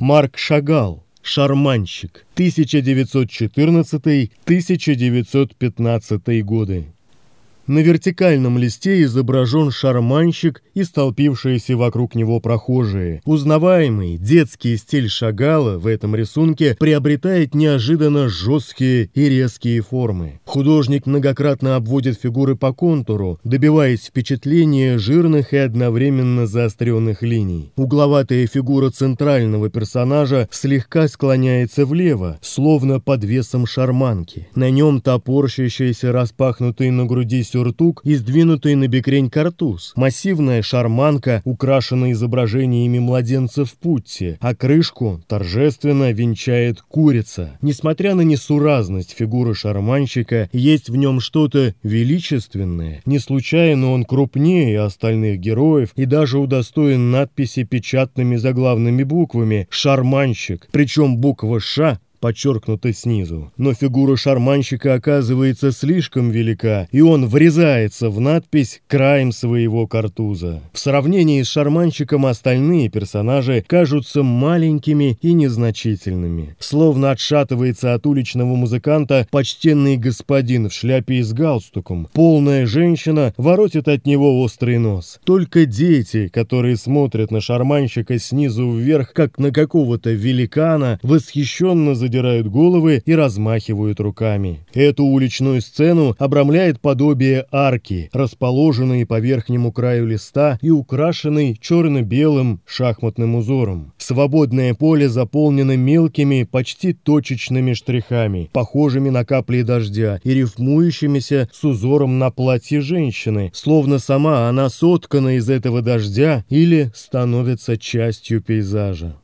Марк Шагал. Шарманщик. 1914-1915 годы. На вертикальном листе изображен шарманщик и столпившиеся вокруг него прохожие. Узнаваемый детский стиль Шагала в этом рисунке приобретает неожиданно жесткие и резкие формы. Художник многократно обводит фигуры по контуру, добиваясь впечатления жирных и одновременно заостренных линий. Угловатая фигура центрального персонажа слегка склоняется влево, словно под весом шарманки. На нем топорщащийся, распахнутый на груди сюртук и сдвинутый на бекрень картуз. Массивная шарманка украшена изображениями младенцев Путти, а крышку торжественно венчает курица. Несмотря на несуразность фигуры шарманщика, есть в нем что-то величественное. Не случайно он крупнее остальных героев и даже удостоен надписи печатными заглавными буквами «Шарманщик», причем буква «Ш» подчеркнуто снизу. Но фигура шарманщика оказывается слишком велика, и он врезается в надпись краем своего картуза. В сравнении с шарманщиком остальные персонажи кажутся маленькими и незначительными. Словно отшатывается от уличного музыканта почтенный господин в шляпе и с галстуком. Полная женщина воротит от него острый нос. Только дети, которые смотрят на шарманщика снизу вверх, как на какого-то великана, восхищенно задирают головы и размахивают руками. Эту уличную сцену обрамляет подобие арки, расположенной по верхнему краю листа и украшенной черно-белым шахматным узором. Свободное поле заполнено мелкими, почти точечными штрихами, похожими на капли дождя и рифмующимися с узором на платье женщины, словно сама она соткана из этого дождя или становится частью пейзажа.